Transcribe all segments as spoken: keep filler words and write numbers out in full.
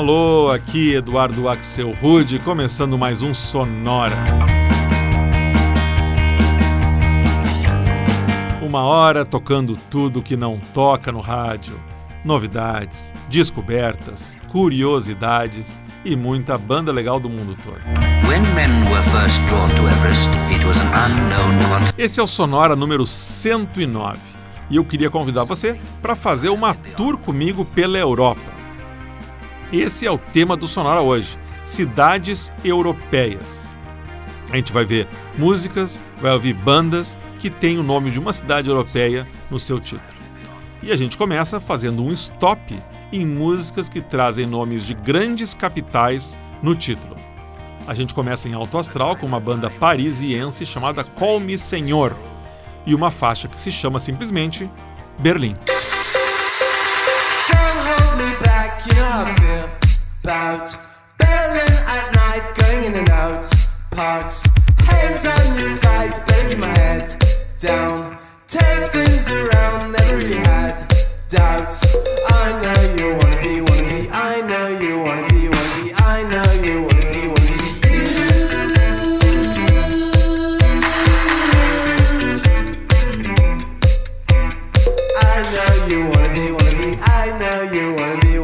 Alô, aqui Eduardo Axel Rude, começando mais um Sonora. Uma hora tocando tudo que não toca no rádio. Novidades, descobertas, curiosidades e muita banda legal do mundo todo. Esse é o Sonora número cento e nove e eu queria convidar você para fazer uma tour comigo pela Europa. Esse é o tema do Sonora hoje, cidades europeias. A gente vai ver músicas, vai ouvir bandas que têm o nome de uma cidade europeia no seu título. E a gente começa fazendo um stop em músicas que trazem nomes de grandes capitais no título. A gente começa em alto astral com uma banda parisiense chamada Call Me Senor e uma faixa que se chama simplesmente Berlim. You know how I feel about Berlin at night, going in and out parks, hands on your thighs, better my head down. Ten things around, never really had doubts. I know you wanna be, wanna be. I know you wanna be, wanna be. I know you wanna be, wanna be. I know you wanna be, wanna be. I know you wanna be.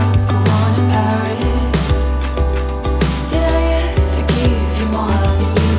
Did I ever give you more than you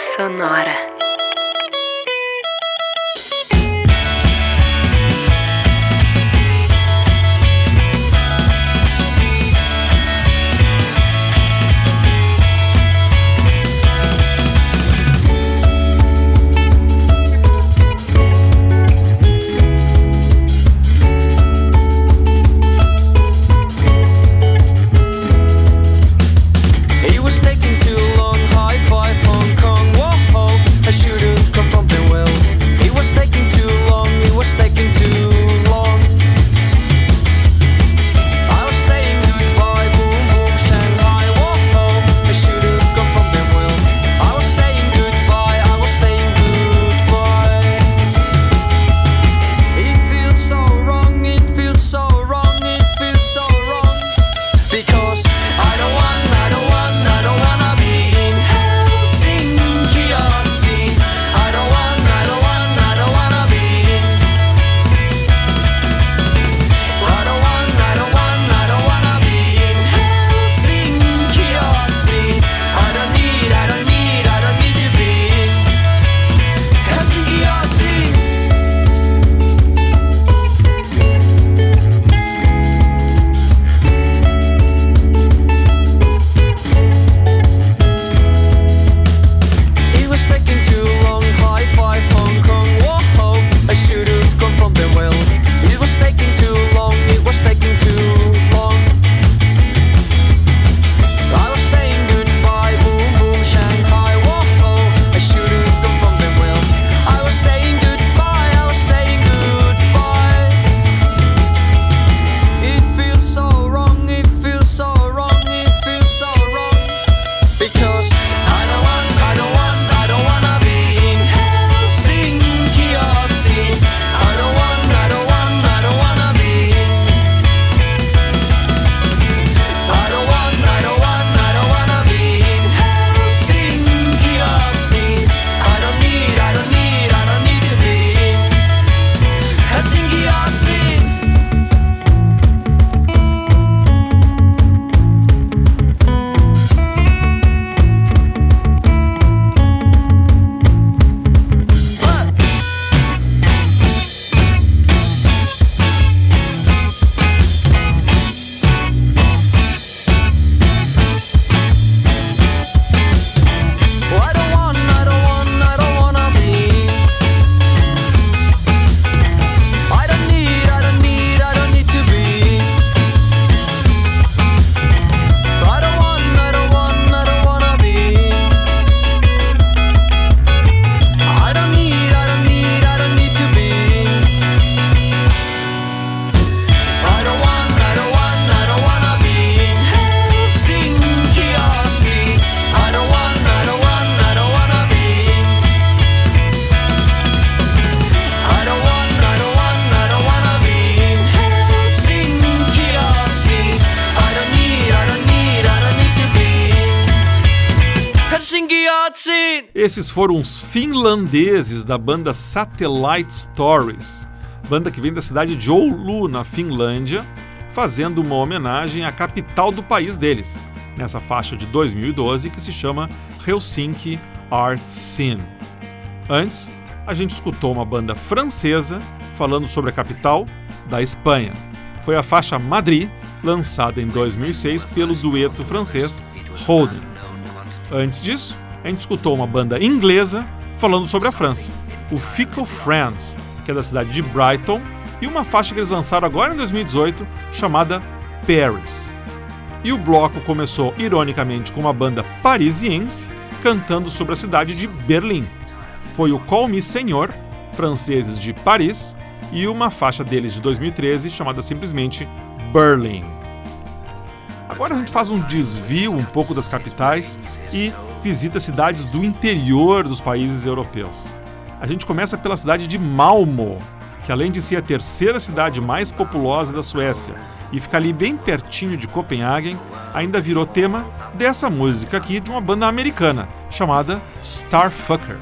Sonora. Esses foram os finlandeses da banda Satellite Stories, banda que vem da cidade de Oulu, na Finlândia, fazendo uma homenagem à capital do país deles, nessa faixa de dois mil e doze que se chama Helsinki Art Scene. Antes, a gente escutou uma banda francesa falando sobre a capital da Espanha. Foi a faixa Madrid, lançada em dois mil e seis pelo dueto francês Holden. Antes disso, a gente escutou uma banda inglesa falando sobre a França, o Fickle Friends, que é da cidade de Brighton, e uma faixa que eles lançaram agora em dois mil e dezoito, chamada Paris. E o bloco começou, ironicamente, com uma banda parisiense cantando sobre a cidade de Berlim. Foi o Call Me Senor, franceses de Paris, e uma faixa deles de dois mil e treze chamada simplesmente Berlin. Agora a gente faz um desvio um pouco das capitais e visita cidades do interior dos países europeus. A gente começa pela cidade de Malmö, que além de ser a terceira cidade mais populosa da Suécia e ficar ali bem pertinho de Copenhagen, ainda virou tema dessa música aqui de uma banda americana, chamada Starfucker.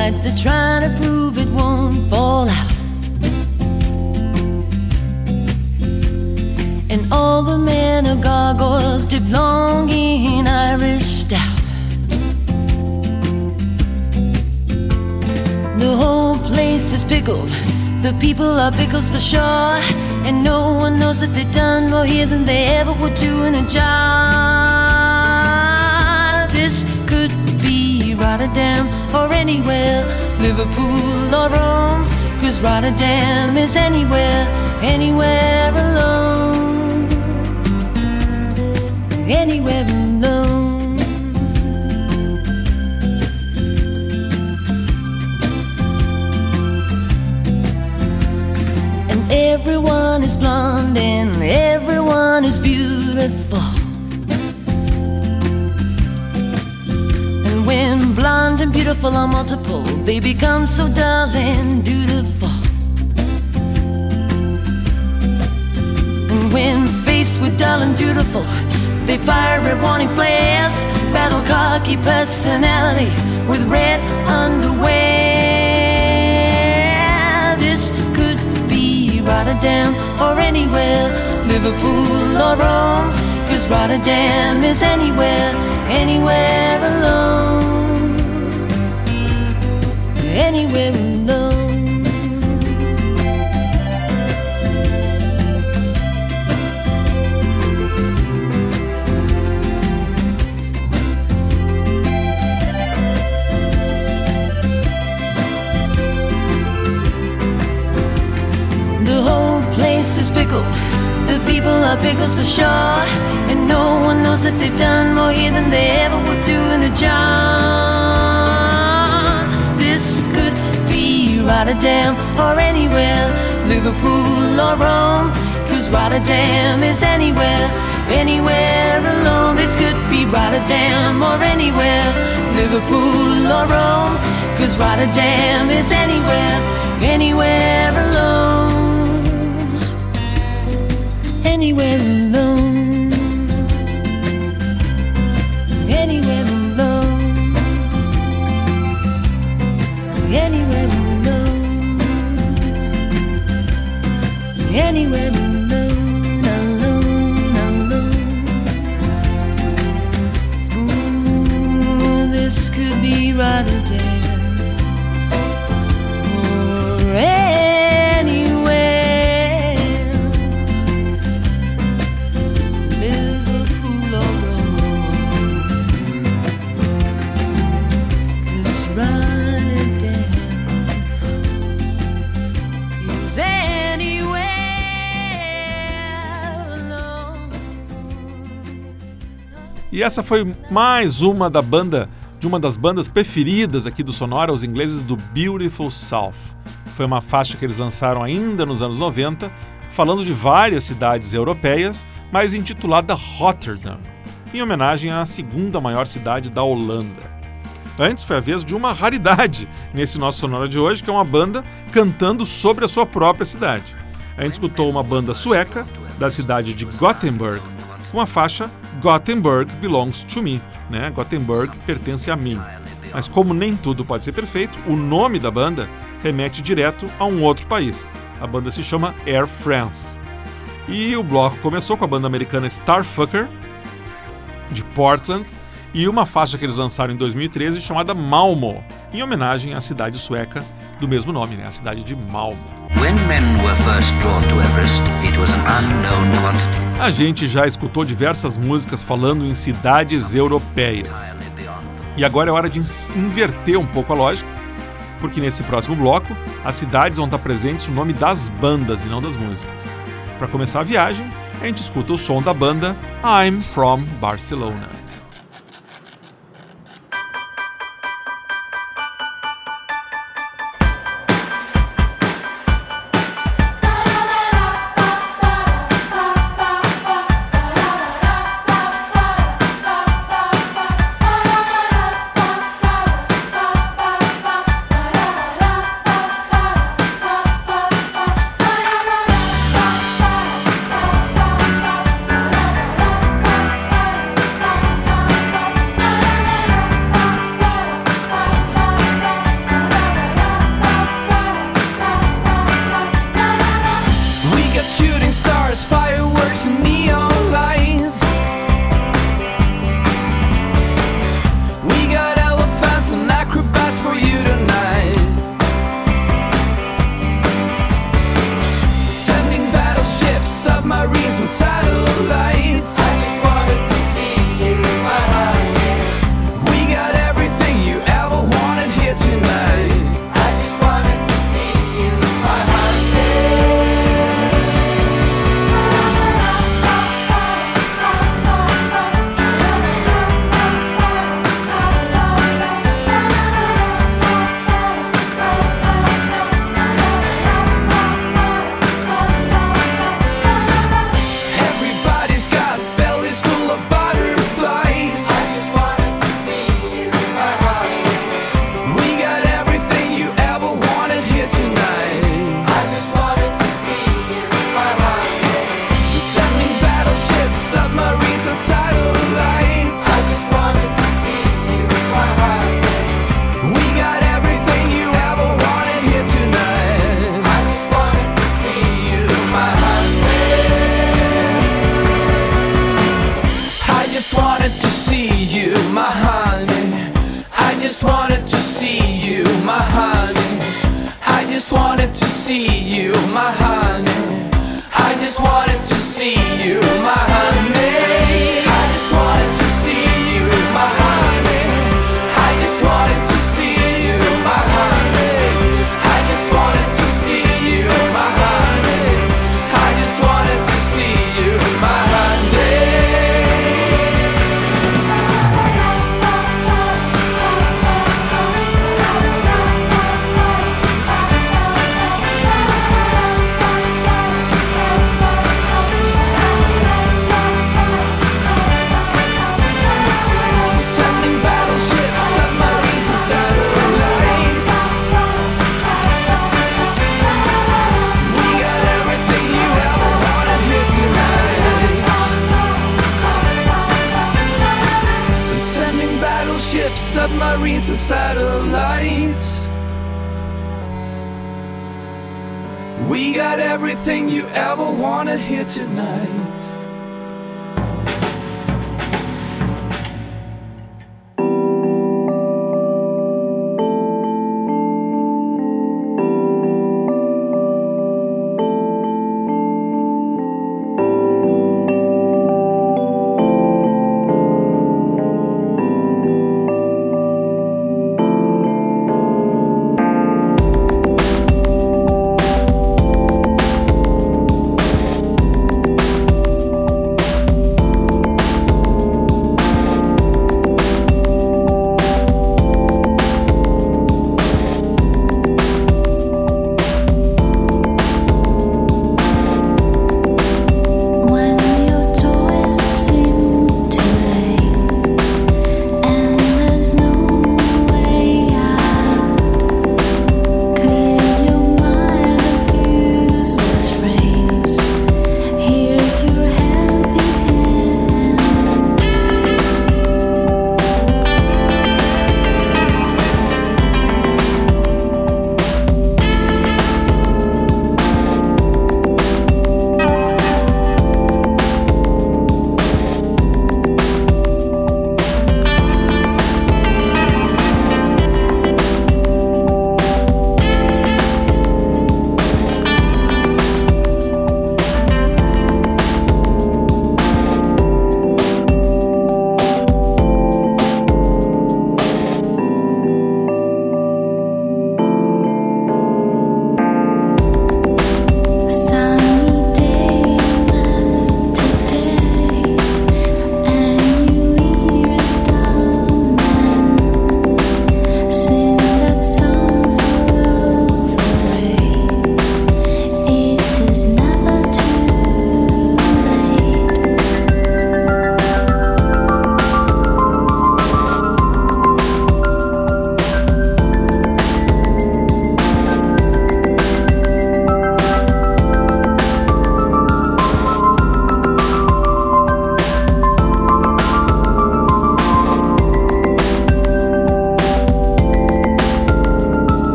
light, they're trying to prove it won't fall out. And all the men are gargoyles dip long in Irish stout. The whole place is pickled, the people are pickles for sure, and no one knows that they've done more here than they ever would do in a jar. This could be Rotterdam or anywhere, Liverpool or Rome, 'cause Rotterdam is anywhere, anywhere alone, anywhere alone. Everyone is blonde and everyone is beautiful. And when blonde and beautiful are multiple, they become so dull and dutiful. And when faced with dull and dutiful, they fire red warning flares, battle cocky personality with red underwear. This could be Rotterdam or anywhere, Liverpool or Rome, 'cause Rotterdam is anywhere, anywhere alone, anywhere alone. The whole place is pickled, the people are pickles for sure, and no one knows that they've done more here than they ever would do in a jar. This could be Rotterdam or anywhere, Liverpool or Rome, 'cause Rotterdam is anywhere, anywhere alone. This could be Rotterdam or anywhere, Liverpool or Rome, 'cause Rotterdam is anywhere, anywhere alone, anywhere alone, anywhere alone, anywhere alone, anywhere alone, alone, alone. Ooh, this could be Rotterdam or anywhere, Liverpool or Rome, 'cause Rotterdam is anywhere alone. E essa foi mais uma da banda, de uma das bandas preferidas aqui do Sonora, os ingleses do Beautiful South. Foi uma faixa que eles lançaram ainda nos anos noventa, falando de várias cidades europeias, mas intitulada Rotterdam, em homenagem à segunda maior cidade da Holanda. Antes foi a vez de uma raridade nesse nosso Sonora de hoje, que é uma banda cantando sobre a sua própria cidade. A gente escutou uma banda sueca da cidade de Gothenburg, com a faixa Gothenburg Belongs to Me, né? Gothenburg pertence a mim. Mas como nem tudo pode ser perfeito, o nome da banda remete direto a um outro país. A banda se chama Air France. E o bloco começou com a banda americana Starfucker, de Portland, e uma faixa que eles lançaram em dois mil e treze chamada Malmö, em homenagem à cidade sueca do mesmo nome, né? A cidade de Malmö. When men were first drawn to Everest, it was an unknown quantity. A gente já escutou diversas músicas falando em cidades europeias. E agora é hora de inverter um pouco a lógica, porque nesse próximo bloco, as cidades vão estar presentes no nome das bandas e não das músicas. Para começar a viagem, a gente escuta o som da banda I'm From Barcelona. Barcelona. just wanted to see you, my honey. I just wanted to see you, my honey. I just wanted to see you, my honey. I just wanted to see you, my honey. I just wanted to see you, my honey. I just wanted to see you, my honey. Submarines and satellites. We got everything you ever wanted here tonight.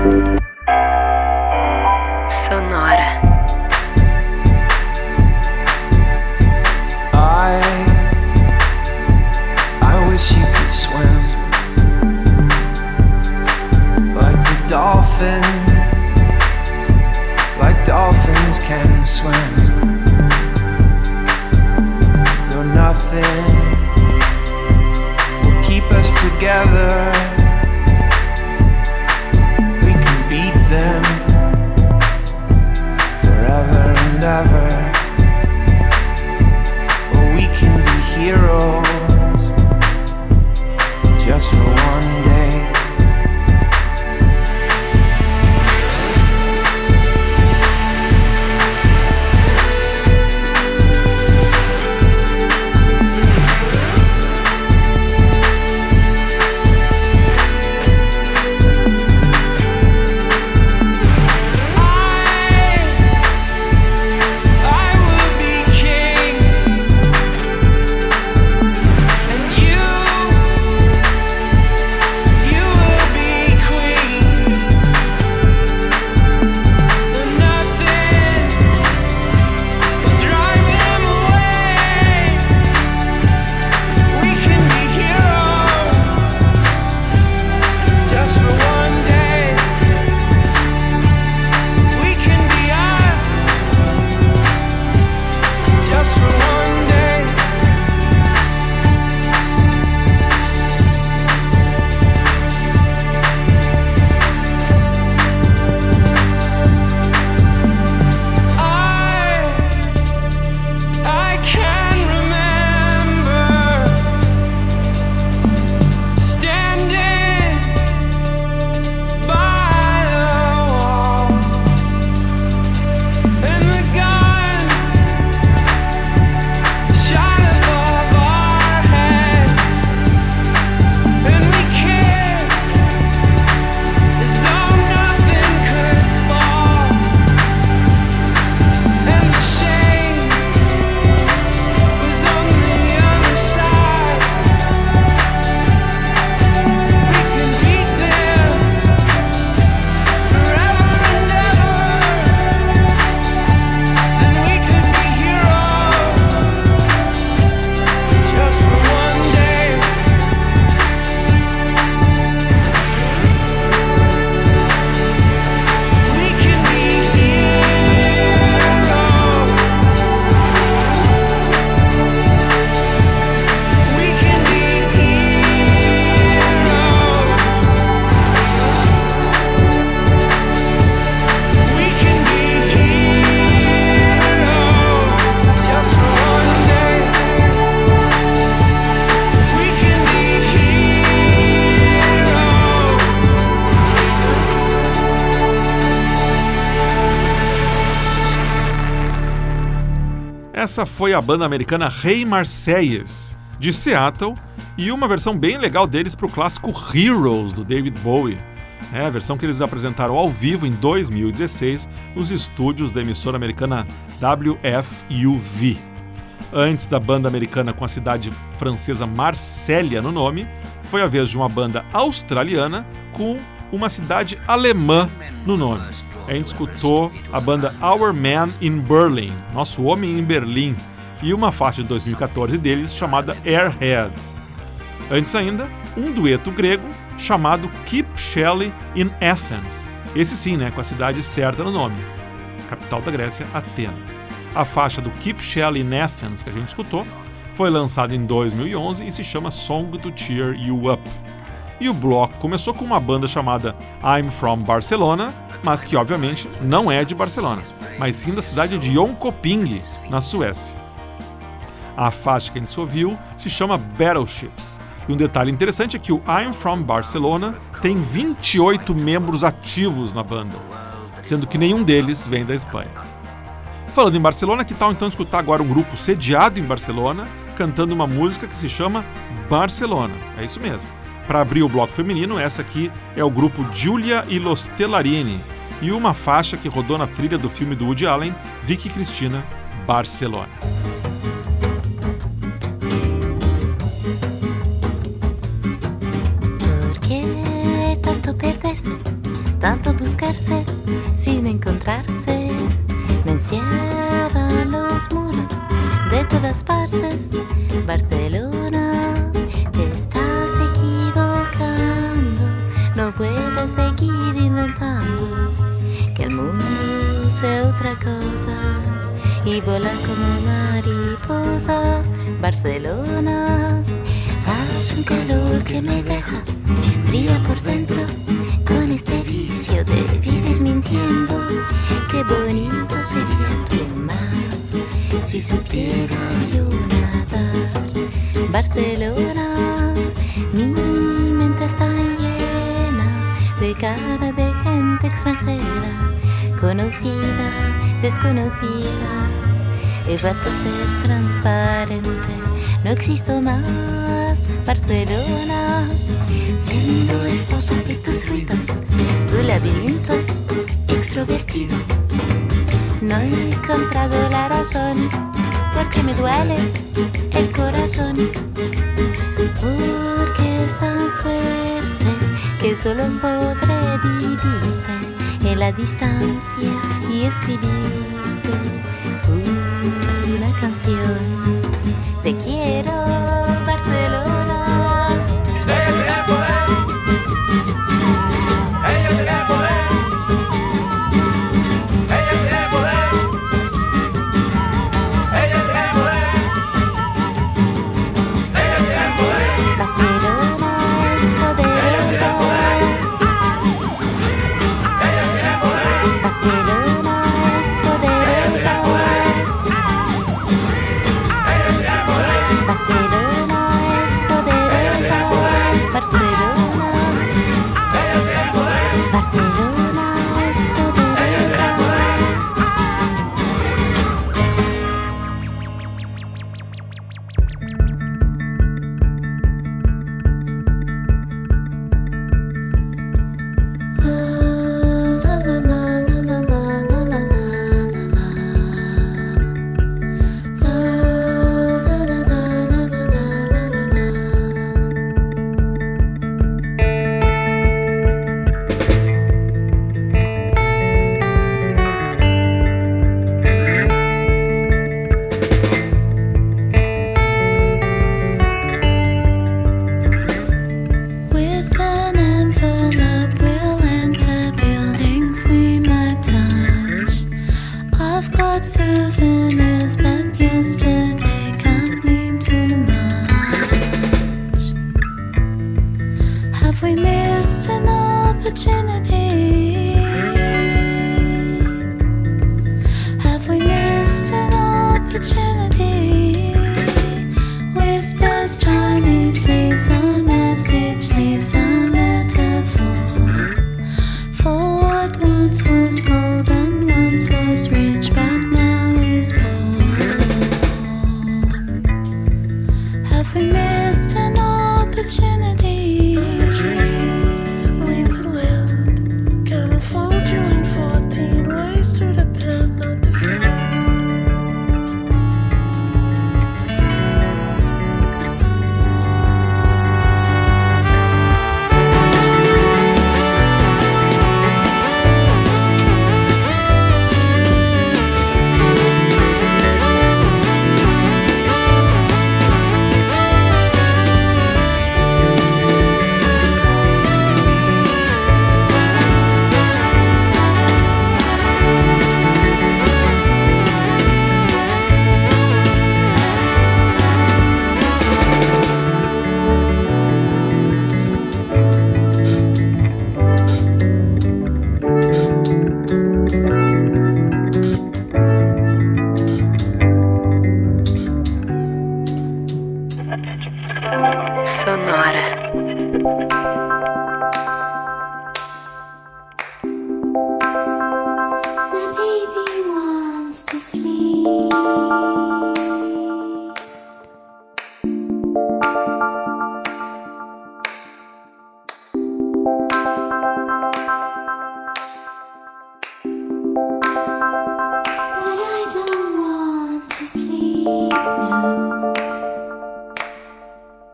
Sonora. I, I wish you could swim like the dolphin, like dolphins can swim. No, nothing will keep us together. We can beat them forever and ever. We can be heroes just for one day. Essa foi a banda americana Hey Marseilles, de Seattle, e uma versão bem legal deles para o clássico Heroes, do David Bowie. É a versão que eles apresentaram ao vivo em dois mil e dezesseis nos estúdios da emissora americana W F U V. Antes da banda americana com a cidade francesa Marsella no nome, foi a vez de uma banda australiana com uma cidade alemã no nome. A gente escutou a banda Our Man in Berlin, Nosso Homem em Berlim, e uma faixa de dois mil e catorze deles chamada Airhead. Antes ainda, um dueto grego chamado Keep Shelley in Athens. Esse sim, né, com a cidade certa no nome. Capital da Grécia, Atenas. A faixa do Keep Shelley in Athens que a gente escutou foi lançada em dois mil e onze e se chama Song to Cheer You Up. E o bloco começou com uma banda chamada I'm From Barcelona, mas que obviamente não é de Barcelona, mas sim da cidade de Jönköping, na Suécia. A faixa que a gente ouviu se chama Battleships. E um detalhe interessante é que o I'm From Barcelona tem vinte e oito membros ativos na banda, sendo que nenhum deles vem da Espanha. Falando em Barcelona, que tal então escutar agora um grupo sediado em Barcelona, cantando uma música que se chama Barcelona. É isso mesmo. Para abrir o bloco feminino, essa aqui é o grupo Giulia e Los Tellarini, e uma faixa que rodou na trilha do filme do Woody Allen, Vicky Cristina, Barcelona. tanto buscarse sin encontrarse. Me encierran los muros de todas partes. Barcelona, te estás equivocando. No puedes seguir inventando que el mundo sea otra cosa y volar como mariposa. Barcelona, hace un calor que me deja fría por dentro, con este vicio de vivir mintiendo. Qué bonito sería tu mar si supiera yo nadar. Barcelona, mi mente está llena de cara de gente extranjera, conocida, desconocida. He vuelto a ser transparente, no existo más. Barcelona, siendo esposa de tus ruidos, tu laberinto extrovertido. No he encontrado la razón, porque me duele el corazón, porque es tan fuerte que solo podré vivirte en la distancia y escribirte una canción. Te quiero, Barcelona. Ella tiene el poder. Ella tiene el poder. Ella tiene el poder. Ella tiene el poder. Ella tiene el poder. Barcelona es poderosa. Ella tiene el poder. Barcelona es poderosa.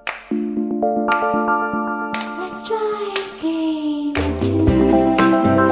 Let's try a game or two.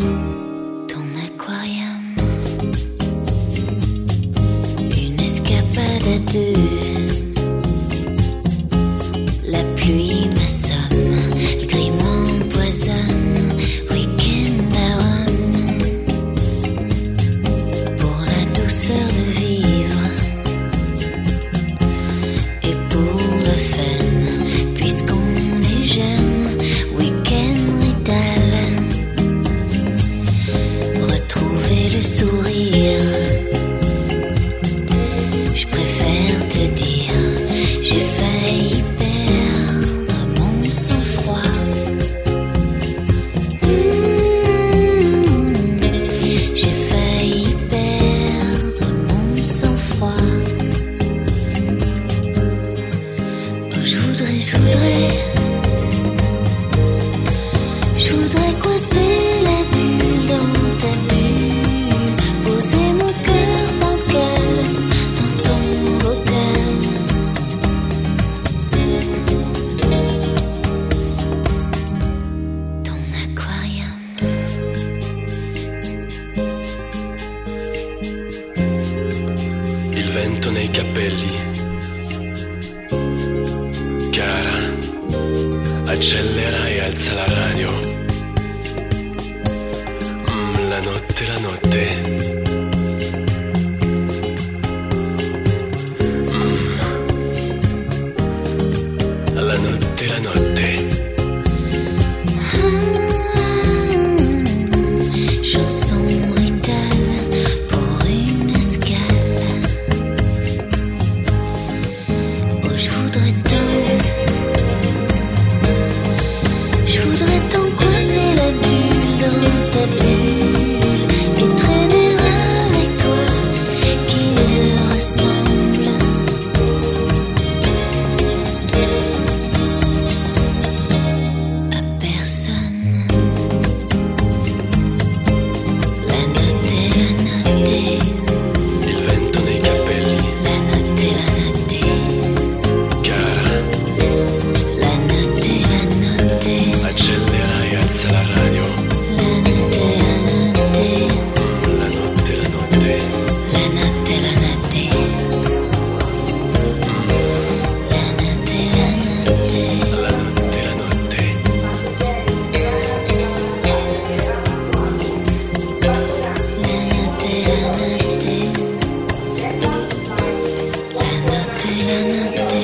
Ton aquarium, une escapade à deux. La pluie m'assomme, le gris m'empoisonne. Week-end à Rome, pour la douceur de vivre et pour le fun, puisqu'on est jeune. Week-end rital, retrouver le sourire. Je préfère te dire, j'ai failli perdre mon sang-froid. Mmh, j'ai failli perdre mon sang-froid. Oh, je voudrais, je voudrais, je voudrais coincer la bulle dans ta bulle, poser mon cœur bancal dans ton bocal. Ton aquarium, Il vento nei capelli. Cara, accelera e alza la radio. Mm, la notte, la notte. Mm. La notte, la notte. chanson brutale pour une escale. Oh, je voudrais tant, je voudrais tant coincer la bulle dans ta bulle et traîner avec toi qui ne ressemble à personne. La notte, la notte, Il vento nei capelli. la notte, la notte, Cara, la notte, la notte, accelera e alza la radio. la notte, la notte, Mm, la notte, la notte. la notte, la notte, la notte, la notte. La notte, la notte. La notte, la notte, la notte, la notte.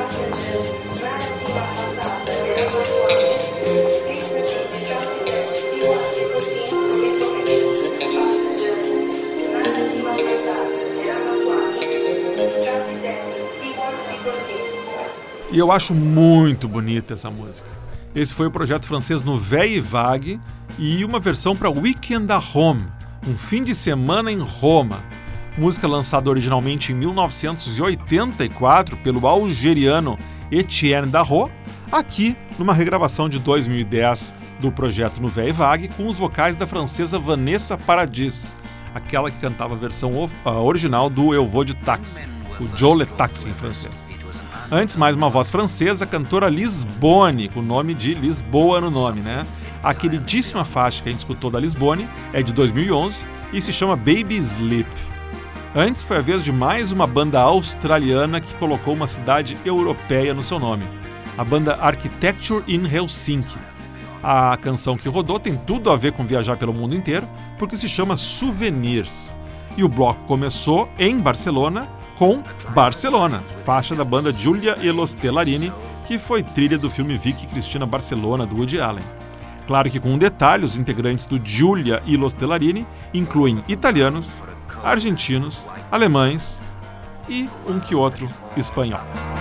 E eu acho muito bonita essa música. Esse foi o projeto francês Nouvelle Vague e uma versão para Weekend à Rome, um fim de semana em Roma. Música lançada originalmente em mil novecentos e oitenta e quatro pelo algeriano Etienne Darro, aqui numa regravação de dois mil e dez do projeto Nouvelle Vague com os vocais da francesa Vanessa Paradis, aquela que cantava a versão o- a original do Eu Vou de Táxi, o Joe Le Taxi em francês. Antes, mais uma voz francesa, a cantora Lisbonne, com o nome de Lisboa no nome, né? A queridíssima faixa que a gente escutou da Lisbonne é de dois mil e onze e se chama Baby Sleep. Antes foi a vez de mais uma banda australiana que colocou uma cidade europeia no seu nome, a banda Architecture in Helsinki. A canção que rodou tem tudo a ver com viajar pelo mundo inteiro, porque se chama Souvenirs. E o bloco começou em Barcelona, com Barcelona, faixa da banda Giulia e Los Tellarini, que foi trilha do filme Vicky Cristina Barcelona, do Woody Allen. Claro que com um detalhe, os integrantes do Giulia e Los Tellarini incluem italianos, argentinos, alemães e um que outro espanhol.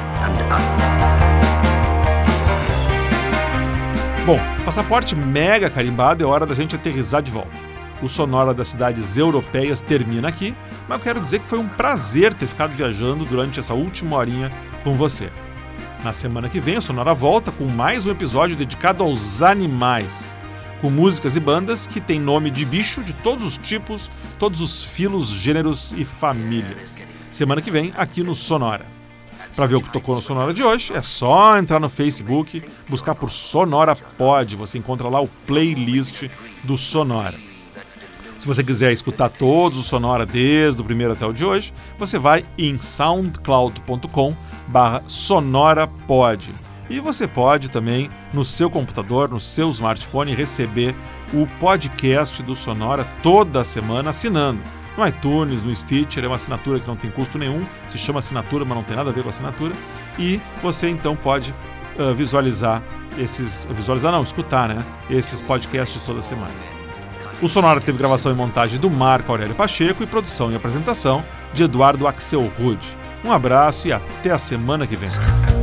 Bom, passaporte mega carimbado, é hora da gente aterrissar de volta. O Sonora das cidades europeias termina aqui, mas eu quero dizer que foi um prazer ter ficado viajando durante essa última horinha com você. Na semana que vem, o Sonora volta com mais um episódio dedicado aos animais, com músicas e bandas que têm nome de bicho de todos os tipos, todos os filos, gêneros e famílias. Semana que vem, aqui no Sonora. Para ver o que tocou no Sonora de hoje, é só entrar no Facebook, buscar por Sonora Pod, você encontra lá o playlist do Sonora. Se você quiser escutar todos os Sonora desde o primeiro até o de hoje, você vai em soundcloud ponto com barra sonorapod. E você pode também, no seu computador, no seu smartphone, receber o podcast do Sonora toda semana assinando. No iTunes, no Stitcher, é uma assinatura que não tem custo nenhum, se chama assinatura, mas não tem nada a ver com assinatura. E você então pode uh, visualizar esses... Visualizar não, escutar, né? Esses podcasts toda semana. O Sonora teve gravação e montagem do Marco Aurélio Pacheco e produção e apresentação de Eduardo Axel Rude. Um abraço e até a semana que vem.